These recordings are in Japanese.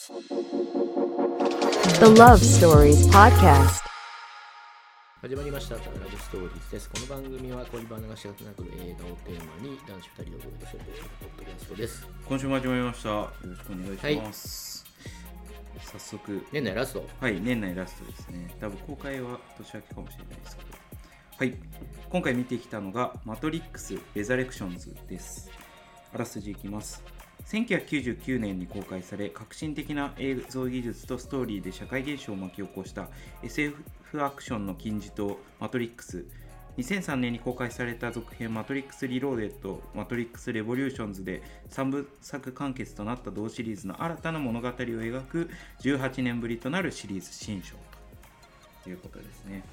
The Love Stories Podcast。 始まりましたラブストーリーズです。この番組は恋バナがしがたなく映画をテーマに男子2人の声で紹介するポッドキャストです。 今週も始まりました。よろしくお願いします。早速年内ラスト。 はい、年内ラストですね。多分公開は年明けかもしれないですけど、はい、今回見てきたのがマトリックス・レザレクションズです。あらすじいきます。1999年に公開され、革新的な映像技術とストーリーで社会現象を巻き起こした SF アクションの金字塔マトリックス。2003年に公開された続編マトリックスリローデッド、マトリックスレボリューションズで3部作完結となった同シリーズの新たな物語を描く18年ぶりとなるシリーズ新章ということですね。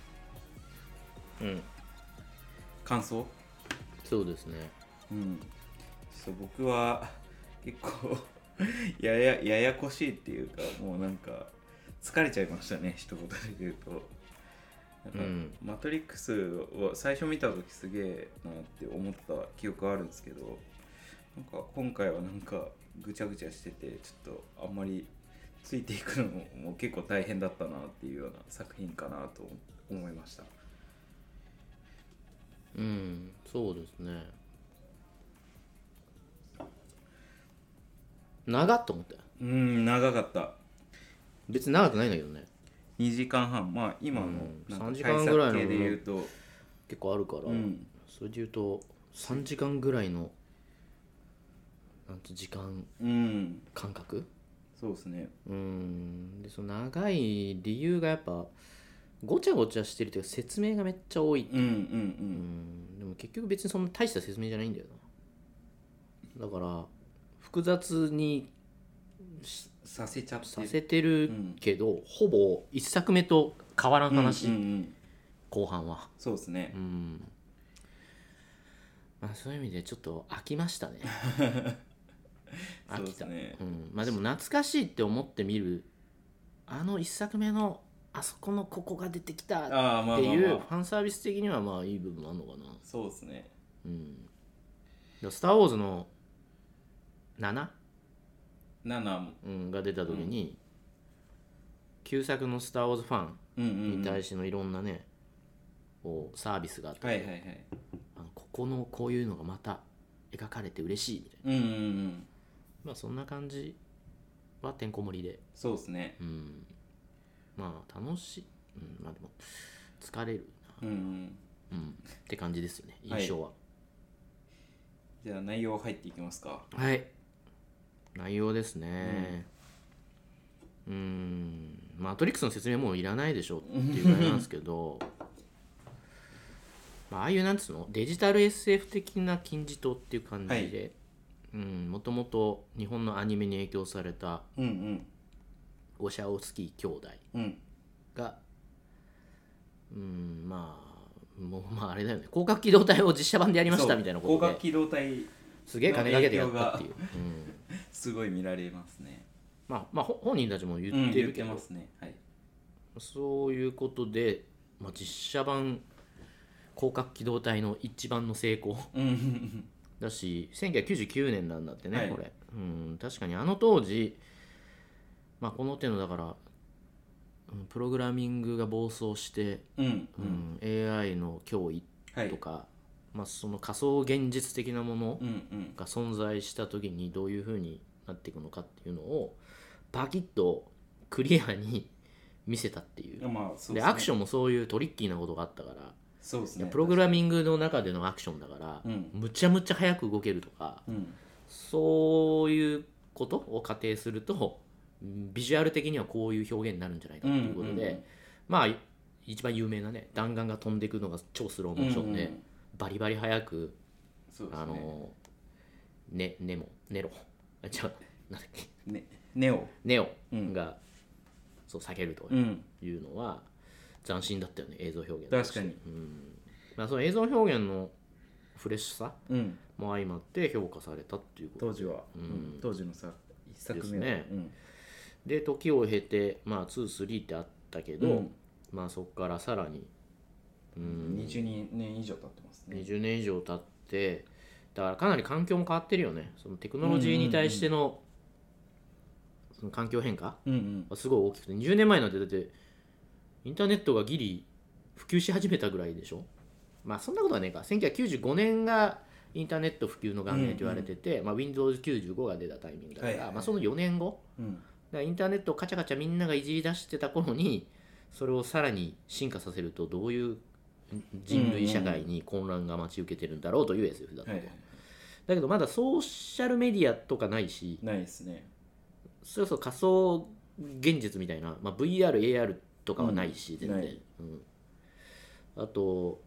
感想？ そうですね。 僕は結構ややこしいっていうか、もうなんか疲れちゃいましたね、一言で言うと。マトリックスを最初見た時すげえなって思った記憶あるんですけど、なんか今回はなんかぐちゃぐちゃしてて、ちょっとあんまりついていくのも結構大変だったなっていうような作品かなと思いました。 そうですね。長っと思ったよ。 長かった。 別に長くないんだけどね。 2時間半、まあ今の 3時間ぐらいの系で言うと結構あるから、それで言うと3時間ぐらいのなんて時間感覚、 そうですね。 でその長い理由がやっぱごちゃごちゃしてるというか説明がめっちゃ多いっていう、でも結局別にそんな大した説明じゃないんだよな。だから複雑にさせてるけど、ほぼ1作目と変わらん話、後半は。 そうですね。 まあ、そういう意味でちょっと飽きましたね。飽きた。 ね。 まあでも懐かしいって思ってみる、あの1作目のあそこのここが出てきたっていうファンサービス的にはまあいい部分あるのかな。 そうですね。 スター・ウォーズの7 もが出た時に、旧作のスター・ウォーズファンに対してのいろんなね、サービスがあって、ここのこういうのがまた描かれて嬉しいみたいな、まあそんな感じはてんこ盛りで、 そうですね。 まあ楽しい、まあでも疲れるな、って感じですよね、印象は。 じゃあ内容入っていきますか。 はい、内容ですね。マトリックスの説明もういらないでしょっていうぐらいなんですけどまあ、ああいうなんつうのデジタル SF 的な金字塔っていう感じで、もともと日本のアニメに影響されたウォシャオスキー兄弟が、まあもうまああれだよね、広角機動隊を実写版でやりましたみたいなことで、 広角機動隊すげえ金かけてやったっていう、 すごい見られますね。 まあ本人たちも言ってるけど、 ますね。はい、 そういうことで、まあ、実写版広角機動隊の一番の成功だし、1999年なんだってね、これ。確かにあの当時、まあ、この手のだから、プログラミングが暴走して、AI の脅威とか、まあ、その仮想現実的なものが存在した時にどういう風になっていくのかっていうのをバキッとクリアに見せたっていう。でアクションもそういうトリッキーなことがあったから、 そうですね、 プログラミングの中でのアクションだから、むちゃむちゃ早く動けるとか、そういうことを仮定するとビジュアル的にはこういう表現になるんじゃないかっていうことで、まあ一番有名なね、弾丸が飛んでいくのが超スローモーションで、バリバリ早く、ネロじゃあなんだっけ、ネオが、そう避けるというのは斬新だったよね、映像表現。 確かに。 まあその映像表現のフレッシュさも相まって評価されたっていうこと当時は、当時のさ一作目はですね。で時を経て、まあ2、3ってあったけど、まあそこからさらに 20年以上経ってますね。 20年以上経って、だからかなり環境も変わってるよね。そのテクノロジーに対してのその環境変化うんうんがすごい大きくて、20年前なんてだってインターネットがギリ普及し始めたぐらいでしょ。まあそんなことはねえか。1995年がインターネット普及の元年と言われてて、まあ、Windows95 が出たタイミングだから、 はいはいはいまあ、その4年後うんだからインターネットをカチャカチャみんながいじり出してた頃にそれをさらに進化させるとどういう人類社会に混乱が待ち受けてるんだろうという SF だったと、 はいはいだけどまだソーシャルメディアとかないし、 ないですね。 それこそ仮想現実みたいな、まあ、VR、AR とかはないし、全然、 ないあと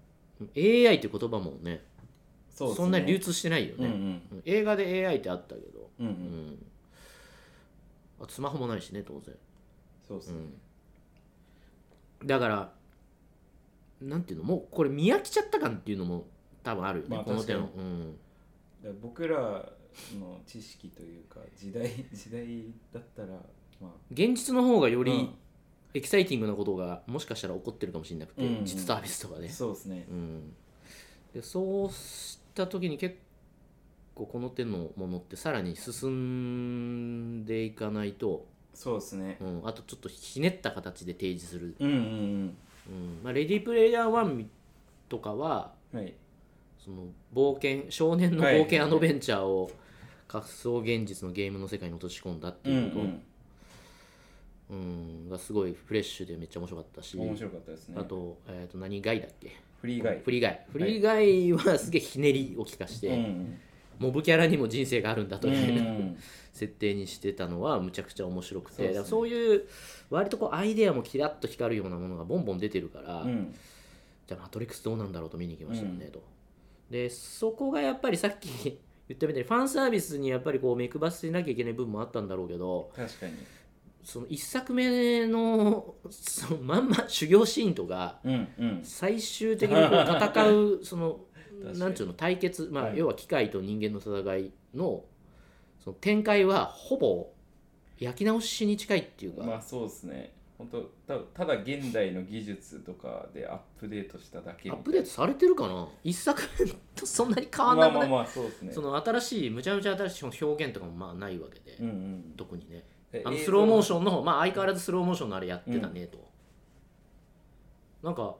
AI って言葉もねそうですね。 そんなに流通してないよね、 うんうん映画で AI ってあったけど、 うんうんあとスマホもないしね当然、 そうですね。 だからなんていうのもうこれ見飽きちゃった感っていうのも多分あるよね、 まあこの手の、 確かだから僕らの知識というか時代だったらまあ現実の方がよりうんエキサイティングなことがもしかしたら起こってるかもしれなくて、 うんうん実サービスとかね、 そうですね。 でそうした時に結構この手のものってさらに進んでいかないと、 そうですね。 あとちょっとひねった形で提示する、 うんうんまあ、レディープレイヤー1とかはうん。はい。 その冒険少年の冒険アドベンチャーを仮想現実のゲームの世界に落とし込んだっていうこと、がすごいフレッシュでめっちゃ面白かったし、 面白かったですね。 あと、何ガイだっけ、 フリーガイ。 フリーガイはすげえひねりを利かして、 うんモブキャラにも人生があるんだとうんいう、 うん設定にしてたのはむちゃくちゃ面白くて、 そうですねだからそういう割とこうアイデアもキラッと光るようなものがボンボン出てるから、 うんじゃあマトリックスどうなんだろうと見に行きましたよね、 うんと。でそこがやっぱりさっき言ったみたいにファンサービスにやっぱりこう目配せなきゃいけない部分もあったんだろうけど、 確かに。 その1作目のそのまんま修行シーンとかうんうん最終的にこう戦うその確かになんていうの対決、まあはい要は機械と人間の戦いのその展開はほぼ焼き直しに近いっていうか、 まあそうですね。本当ただ現代の技術とかでアップデートしただけアップデートされてるかな、一作目とそんなに変わんなくない、 まあまあまあそうですね。 その新しいむちゃむちゃ新しい表現とかもまあないわけで、 うんうん。 特にねで映像スローモーションのまあ相変わらずスローモーションのあれやってたねと、なんか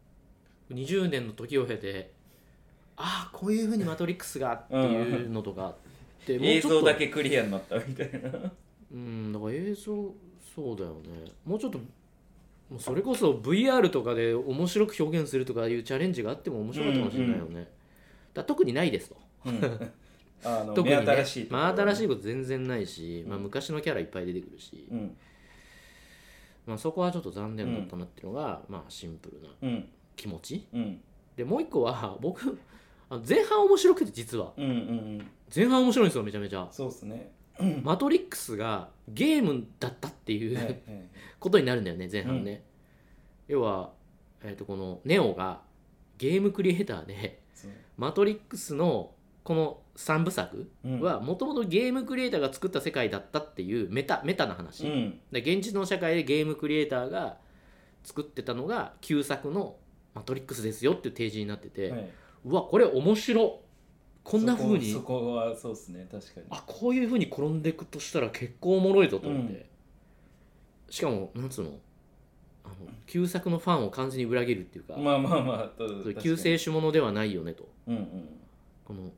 20年の時を経てああこういうふうにマトリックスがっていうのとかってもう映ちょっと像だけクリアになったみたいな。 だから映像そうだよね、もうちょっともうそれこそ VR とかで面白く表現するとかいうチャレンジがあっても面白かったかもしれないよね、だから特にないですと、特にね目新しいところ真新しいこと全然ないし、まあ、昔のキャラいっぱい出てくるし、 うんまあ、そこはちょっと残念だったなっていうのが、まあシンプルなうん気持ちうんで、もう一個は僕前半面白くて、実はうんうん前半面白いんですよめちゃめちゃ。 そうですね。 マトリックスがゲームだったっていう、 はいはいことになるんだよね前半ね、要は、このネオがゲームクリエイターでそうマトリックスのこの3部作はもともとゲームクリエイターが作った世界だったっていうメタな話、で現実の社会でゲームクリエイターが作ってたのが旧作のマトリックスですよっていう提示になってて、 はい、 うわこれ面白こんな風にそこはそうですね、確かに。 あこういう風に転んでいくとしたら結構おもろいぞと思って、しかもなんつうの旧作のファンを完全に裏切るっていうか、 まあまあまあそういう救世主ものではないよねと、 うんうんこの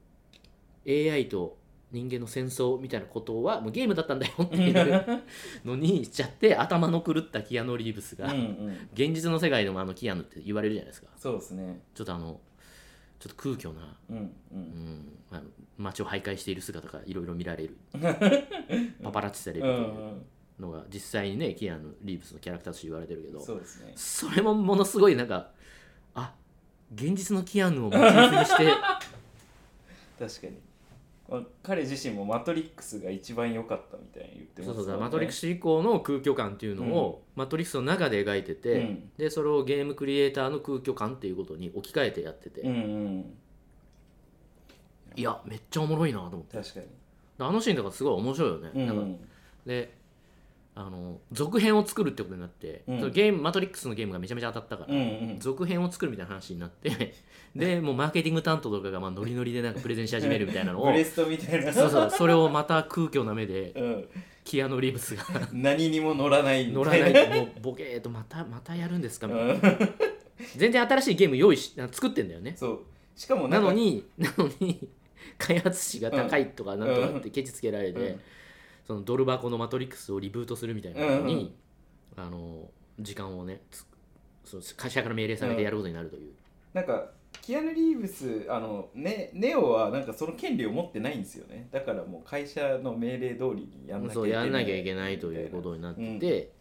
AI と人間の戦争みたいなことはもうゲームだったんだよっていうのにしちゃって頭の狂ったキアヌ・リーブスが、 うんうん現実の世界でもキアヌって言われるじゃないですか。 そうですね。 ちょっとちょっと空虚な、 うん街を徘徊している姿がいろいろ見られるパパラッチされるうんうというんのが実際にねキアヌ・リーブスのキャラクターとして言われてるけど、 そうですね。 それもものすごいなんか現実のキアヌをモチーフにして確かに。まあ彼自身もマトリックスが一番良かったみたいに言ってますそうもんね。 マトリックス以降の空虚感っていうのを、マトリックスの中で描いてて、 うんでそれをゲームクリエイターの空虚感っていうことに置き換えてやってて、 うんうんいやめっちゃおもろいなと思って、 確かに。 あのシーンとかすごい面白いよね、 うんなんかで続編を作るってことになって、そのゲームマトリックスのゲームがめちゃめちゃ当たったから、続編を作るみたいな話になってでもうマーケティング担当とかがノリノリでなんかプレゼンし始めるみたいなのをブレストみたいな。 そうそれをまた空虚な目でキアヌ・リーブスが何にも乗らないみ乗たいならないもうボケーっとまたやるんですかみたいな全然新しいゲーム作ってんだよね。 そうしかもなのに開発費が高いとかなんとかってケチつけられて、そのドル箱のマトリックスをリブートするみたいなのに、時間をねその会社から命令されてやることになるという、 なんかキアヌ・リーブスネオはなんかその権利を持ってないんですよね。だからもう会社の命令通りにやんなきゃいけない、 そうやんなきゃいけないということになってて、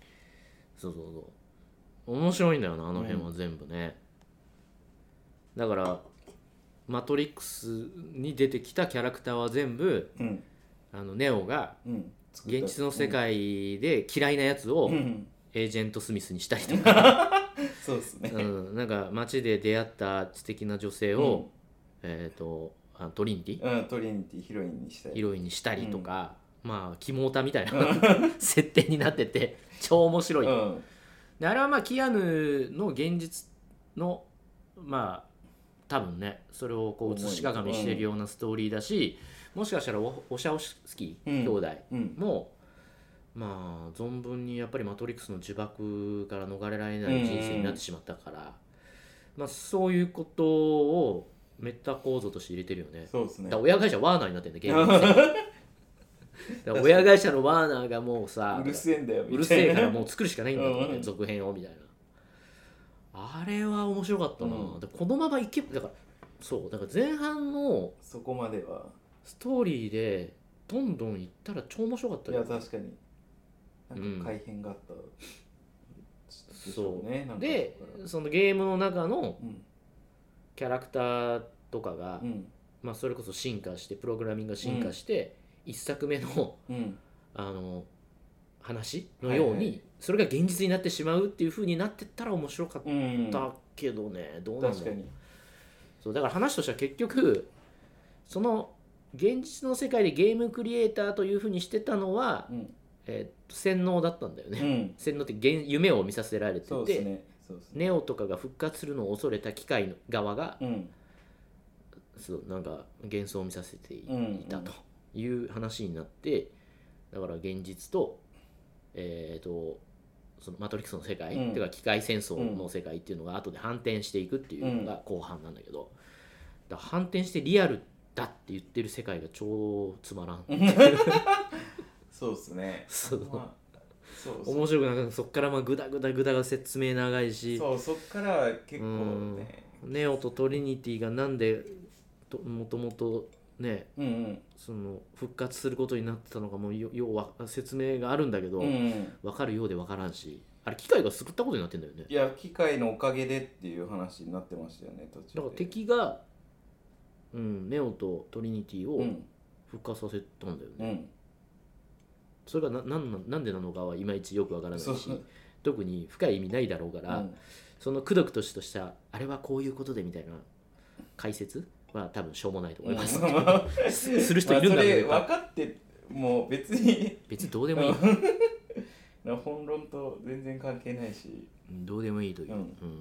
そう面白いんだよなあの辺は全部ね、だからマトリックスに出てきたキャラクターは全部、ネオが現実の世界で嫌いなやつをエージェント・スミスにしたりとかそうですね、 なんか街で出会った知的な女性を、トリニティ、 トリニティヒロインにしたりとか、まあキモータみたいな設定になってて超面白い、であれはまあキアヌの現実のまあ多分ねそれをこう映し鏡してるようなストーリーだし、もしかしたらウォシャオスキー兄弟も、まあ存分にやっぱりマトリックスの呪縛から逃れられない人生になってしまったから、まあそういうことをメタ構造として入れてるよね。 そうですね。 だから親会社ワーナーになってんだゲームの世界だから親会社のワーナーがもうさうるせえんだよみたいな、 うるせえからもう作るしかないんだよね続編をみたいな。あれは面白かったな、でこのままいけばだから前半のそこまではストーリーでどんどんいったら超面白かったよ。 いや確かになんか改変があった、 そうね、なんかでそのゲームの中のキャラクターとかが、まあ、それこそ進化してプログラミングが進化して、一作目の、話のように、それが現実になってしまうっていう風になってったら面白かったけどね、どうなんだろう。そうだから話としては結局その現実の世界でゲームクリエイターという風にしてたのは、洗脳だったんだよね、洗脳って夢を見させられてて、ネオとかが復活するのを恐れた機械側が、そうなんか幻想を見させていたという話になって、だから現実とそのマトリックスの世界、ていうか機械戦争の世界っていうのが後で反転していくっていうのが後半なんだけど、だから反転してリアルだって言ってる世界が超つまらんそうですね。 面白くなく、そっからまあグダグダ説明長いし、 そっから結構ね、 ネオとトリニティがなんでもともとね、その復活することになってたのかも要は説明があるんだけど、分かるようで分からんし、あれ機械が救ったことになってんだよね。 いや機械のおかげでっていう話になってましたよね途中で。 だから敵が、ネオとトリニティを復活させたんだよね、それがなんでなのかはいまいちよく分からないし、特に深い意味ないだろうから、そのくどくとしたあれはこういうことでみたいな解説は多分しょうもないと思います、する人いるんだろうけど、 それ分かってもう別にどうでもいい本論と全然関係ないしどうでもいいという、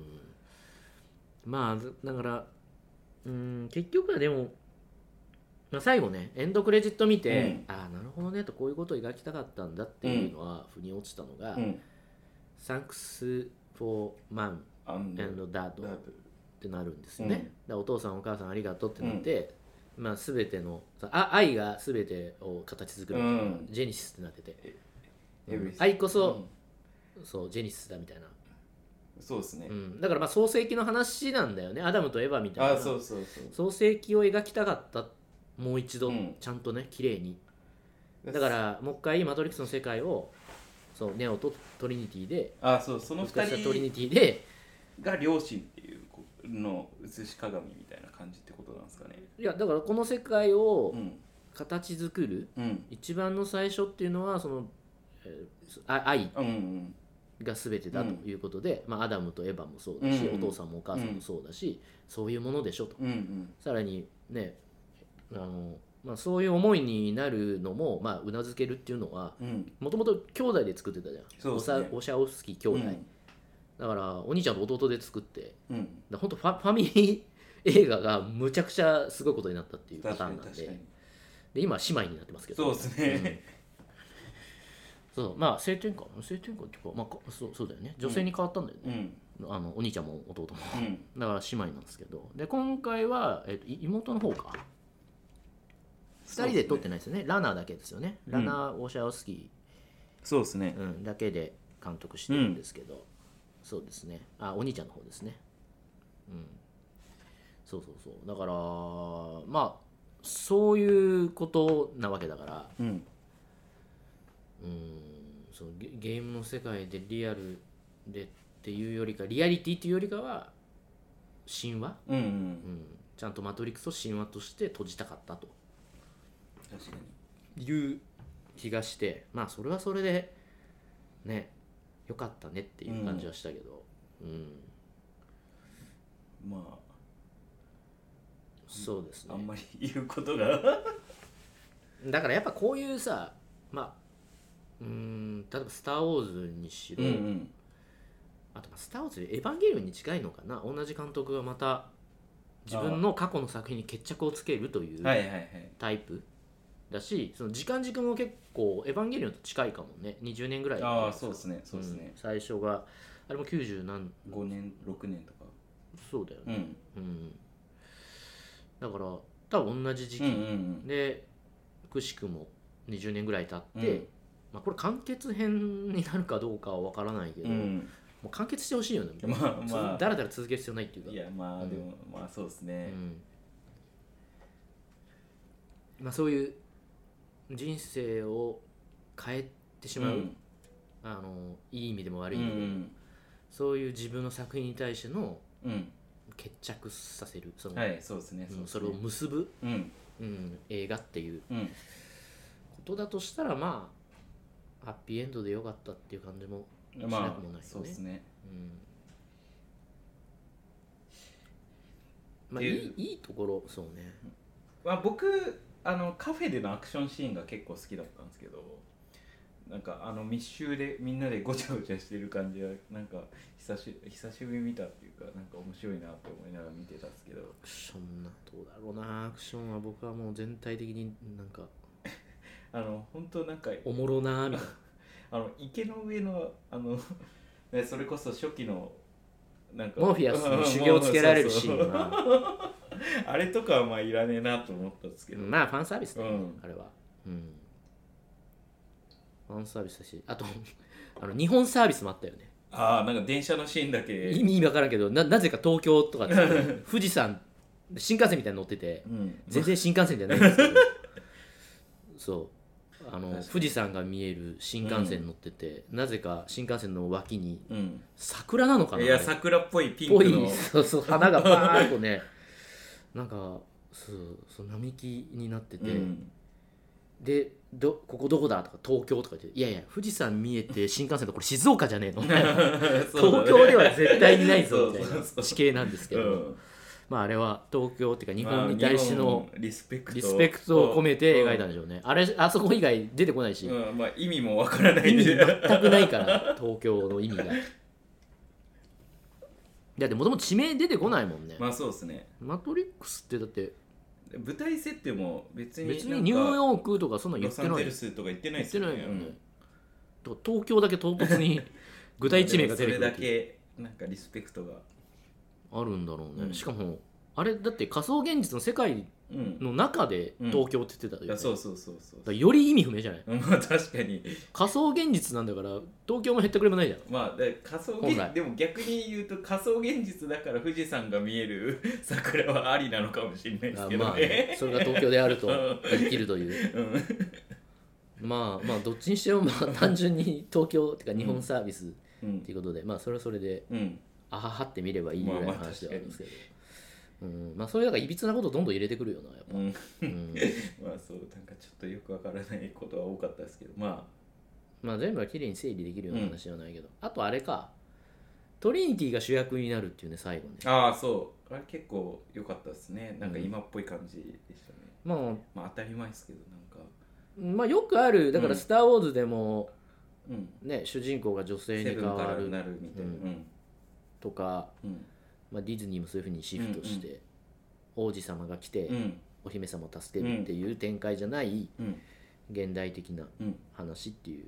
まあだから結局はでも、まあ、最後ねエンドクレジット見て、ああなるほどねとこういうことを描きたかったんだっていうのは腑に落ちたのが、Thanks for Mom and Dad ってなるんですよね、お父さんお母さんありがとうってなって、まあ全ての愛が全てを形作る、ジェニシスってなってて、愛こそ、そうジェニシスだみたいな。 そうですね、 だからまあ創世記の話なんだよね、アダムとエヴァみたいな。 そう創世記を描きたかった、もう一度ちゃんとね綺麗に。だからもう一回マトリックスの世界をそうネオとトリニティで、 その2人トリニティでが両親っていうの写し鏡みたいな感じってことなんですかね。 いやだからこの世界を形作る、一番の最初っていうのはその、愛が全てだということで、まあ、アダムとエヴァもそうだし、お父さんもお母さんもそうだし、そういうものでしょと、さらにねまあ、そういう思いになるのもまあうなずけるっていうのはもともと兄弟で作ってたじゃん、オシャオフスキー兄弟、だからお兄ちゃんと弟で作って、だ本当ファミリー映画がむちゃくちゃすごいことになったっていうパターンなんで、今姉妹になってますけど、 そうですね、 そうまあ性転換っていうか、まあ、そうだよね、女性に変わったんだよね、お兄ちゃんも弟も、だから姉妹なんですけど、で今回は、妹の方か2人で撮ってないですよね、ラナーだけですよね、ラナー・ウォシャオスキそうですね、 ー、だけで監督してるんですけど、そうですね、お兄ちゃんの方ですね、そうだからまあそういうことなわけだから、そのゲームの世界でリアルでっていうよりか、リアリティっていうよりかは神話、ちゃんとマトリックスを神話として閉じたかったと確かいう気がして、まあそれはそれでねよかったねっていう感じはしたけど、 まあそうですね、 あんまり言うことがだからやっぱこういうさ、まあ例えば「スター・ウォーズ」にしろ、あと「スター・ウォーズ」で「エヴァンゲリオン」に近いのかな、同じ監督がまた自分の過去の作品に決着をつけるというタイプだし、その時間軸も結構「エヴァンゲリオン」と近いかもね、20年ぐらい。 そうですね最初があれも90何 5年6年とか、 そうだよね、だから多分同じ時期、でくしくも20年ぐらい経って、まあ、これ完結編になるかどうかは分からないけど、もう完結してほしいよね、だらだら続ける必要ないっていうか、 いやまあでも、まあそうですね、 まあ、そういう人生を変えてしまう、いい意味でも悪い意味でも、そういう自分の作品に対しての決着させる、それを結ぶ、映画っていうことだとしたら、まあハッピーエンドでよかったっていう感じもしなくもないよね。 そうですね。 まあいいところ、そうね。 まあ僕カフェでのアクションシーンが結構好きだったんですけど、なんか密集でみんなでごちゃごちゃしてる感じはなんか久しぶりに見たっていうか、なんか面白いなって思いながら見てたんですけど、 アクションな、どうだろうな、アクションは僕はもう全体的になんか本当なんかおもろなみたいな池の上のね、それこそ初期のなんかモーフィアスに修行つけられるシーンはあれとかはまあいらねえなと思ったんですけど、 まあファンサービスだね、あれは、ファンサービスだし、あと日本サービスもあったよね。 なんか電車のシーンだけ意味わからんけど、なぜか東京とかって富士山新幹線みたいに乗ってて、全然新幹線じゃないんですけどそう富士山が見える新幹線乗ってて、なぜか新幹線の脇に桜なのかな、 いや桜っぽいピンクのそう花がバーッとねなんかそう並木になってて、でここどこだとか東京とか言って、いやいや富士山見えて新幹線とこれ静岡じゃねえの東京では絶対にないぞみたいな地形なんですけど、まああれは東京っていうか日本に対してのリスペクトを込めて描いたんでしょうね。あそこ以外出てこないし、 まあ意味もわからない意味全くないから東京の意味が。だってもともと地名出てこないもんね。 まあそうですね。 マトリックスってだって舞台設定も別にニューヨークとかそんな言ってない。 ロサンゼルスとか言ってないですよね。 言ってないよね。東京だけ唐突に具体地名が出てくる。 それだけなんかリスペクトがあるんだろうね。しかもあれだって仮想現実の世界の中で東京って言ってたよね。 そうより意味不明じゃない。 まあ確かに仮想現実なんだから東京も減ったくれもないじゃん。 まあ仮想現実でも逆に言うと仮想現実だから富士山が見える桜はありなのかもしれないですけどね。 それが東京であると言い切るという、まあどっちにしてもまあ単純に東京っていうか日本サービスっていうことで、まあそれはそれであははって見ればいいぐらいの話ではあるんですけど、まあそういうだからいびつなことをどんどん入れてくるよなやっぱ、 まあそうなんかちょっとよくわからないことは多かったですけど、まあ全部は綺麗に整理できるような話ではないけど、あとあれかトリニティが主役になるっていうね最後ね。 そうあれ結構良かったですね。なんか今っぽい感じでしたね。まあ当たり前ですけどなんかまあよくあるだからスター・ウォーズでも、ね主人公が女性に変わるなるみたいな、 とか、まあ、ディズニーもそういう風にシフトして、王子様が来て、お姫様を助けるっていう展開じゃない、現代的な話っていう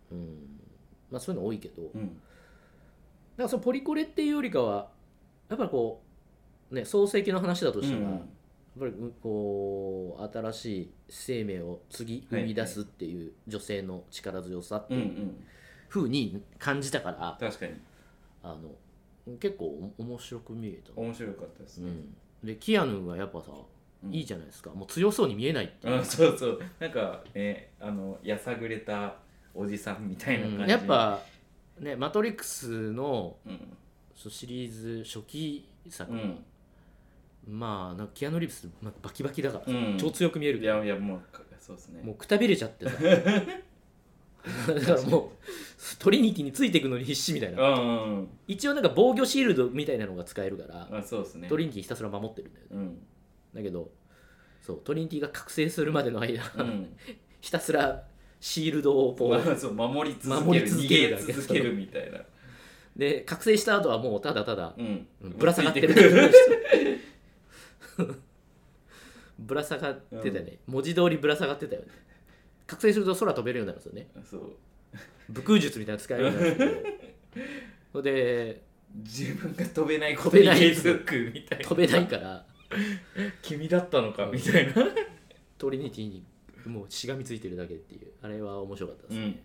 まあそういうの多いけど、 うんなんかそのポリコレっていうよりかはやっぱりこうね創世記の話だとしたら、やっぱりこう新しい生命を次生み出すっていう女性の力強さっていう風に感じたから、 確かに結構面白く見えた。 面白かったですね、 でキアヌがやっぱさ、いいじゃないですか。もう強そうに見えないっていう、 そうそうなんかやさぐれたおじさんみたいな感じ、 やっぱねマトリックスの、シリーズ初期作、まあなんかキアヌ・リーブスなんかバキバキだから、超強く見えるけど、 いやもうそうですね、 もうくたびれちゃってさだからもうトリニティについていくのに必死みたいな、一応なんか防御シールドみたいなのが使えるから、 そうですね、 トリニティひたすら守ってるんだよね、だけどそうトリニティが覚醒するまでの間、ひたすらシールドをこう、 そう守り続ける逃げ逃げ続けるみたいなで覚醒した後はもうただただ、ぶら下がってるぶら下がってたね、文字通りぶら下がってたよね。覚醒すると空飛べるようになるんですよね。 そう武空術みたいなの使えるようになるんですけどそれで自分が飛べないことに気づくみたいな、 飛べないから君だったのかみたいなトリニティにもうしがみついてるだけっていう、あれは面白かったですね、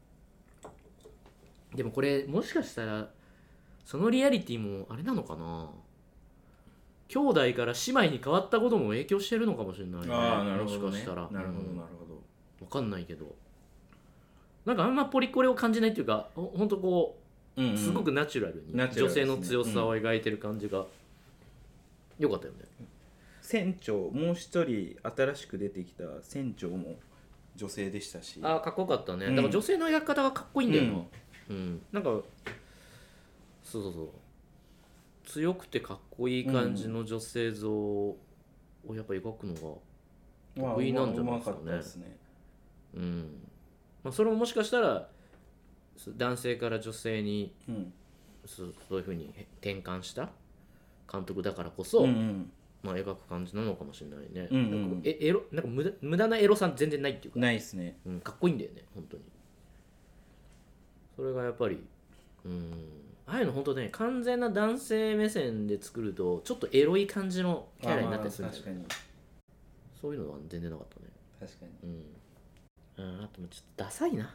でもこれもしかしたらそのリアリティもあれなのかな、兄弟から姉妹に変わったことも影響してるのかもしれないね。 なるほどね、 もしかしたらなるほどなるほど、 分かんないけど、なんかあんまポリコレを感じないっていうか、ほんとこう、すごくナチュラルに女性の強さを描いてる感じが良かったよね。 船長もう一人新しく出てきた船長も女性でしたし、 かっこよかったね、だから女性の描き方がかっこいいんだよな、なんかそう強くてかっこいい感じの女性像をやっぱ描くのが得意なんじゃないですかね。まあ、それももしかしたら男性から女性に、そういう風に転換した監督だからこそ、まあ、描く感じなのかもしれないね。なんか無駄なエロさ全然ないっていうか、 ないですね、 かっこいいんだよね本当に。それがやっぱりああいうの本当ね、完全な男性目線で作るとちょっとエロい感じのキャラになったりするんだよね。 確かにそういうのは全然なかったね。 確かに、 あともちょっとダサいな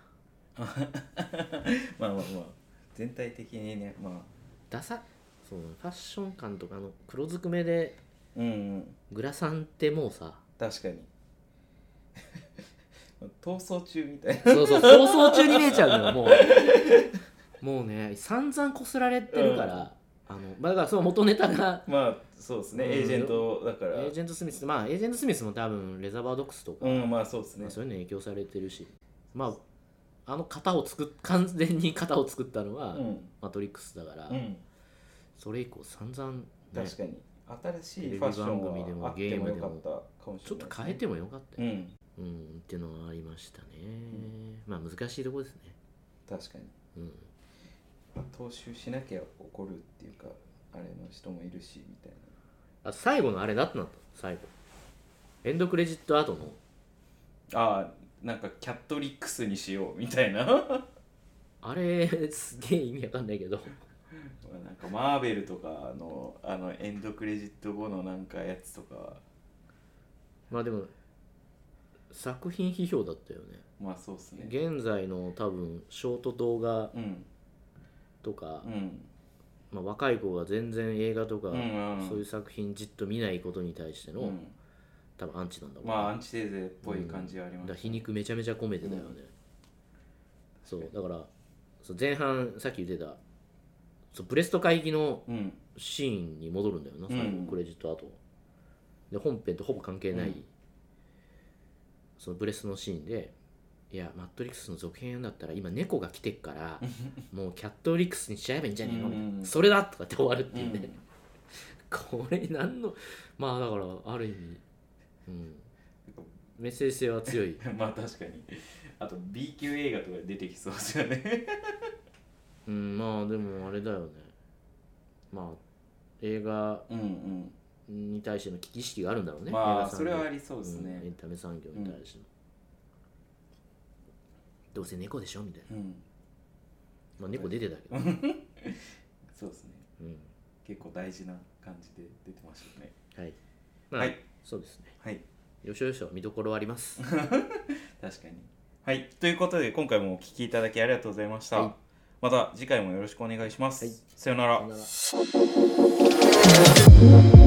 まあ全体的にね、 ダサそうファッション感とかの黒ずくめで、グラサンってもうさ、 確かに逃走中みたいなそう逃走中に見えちゃうのよもうね散々こすられてるから、だからその元ネタがそうですね、エージェントだから、 エージェントスミス、エージェントスミスも多分レザーバードックスとか、 そうですね、 そういうの影響されてるし、完全に型を作ったのは、マトリックスだから、それ以降散々、ね、 確かに新しいファッションはあってもよかったかもしれない、 ちょっと変えてもよかったよ、っていうのはありましたね、難しいところですね。 確かに、踏襲しなきゃ怒るっていうかあれの人もいるしみたいな。 最後のあれだってなった、最後エンドクレジット後のなんかキャットリックスにしようみたいなあれすげえ意味わかんないけどなんかマーベルとかのエンドクレジット後のなんかやつとか、 でも作品批評だったよね。 そうっすね、 現在の多分ショート動画とか、若い子が全然映画とか、そういう作品じっと見ないことに対しての、多分アンチなんだろうね。 アンチテーゼっぽい感じはあります、 だから皮肉めちゃめちゃ込めてたよね、そうだから前半さっき言ってたブレスト会議のシーンに戻るんだよな、最後クレジット後で本編とほぼ関係ない、そのブレストのシーンで、いやマットリックスの続編だったら今猫が来てっからもうキャットリックスにしちゃえばいいんじゃねえのみたいな、それだとかって終わるっていうね、これ何のだからある意味メッセージ性は強い確かに。あと B 級映画とかで出てきそうですよねでもあれだよね、映画に対しての危機意識があるんだろうね。 それはありそうですね、 エンタメ産業に対しての、 どうせ猫でしょみたいな、 うんまあ、猫出てたけど、 そうですね、 うん、 結構大事な感じで出てましたね。 はい、まあ、 はい、 そうですね。 はい、 よしよしと見どころあります確かに。はい、ということで今回もお聞きいただきありがとうございました。はい、また次回もよろしくお願いします。はい、さよなら。 さよなら。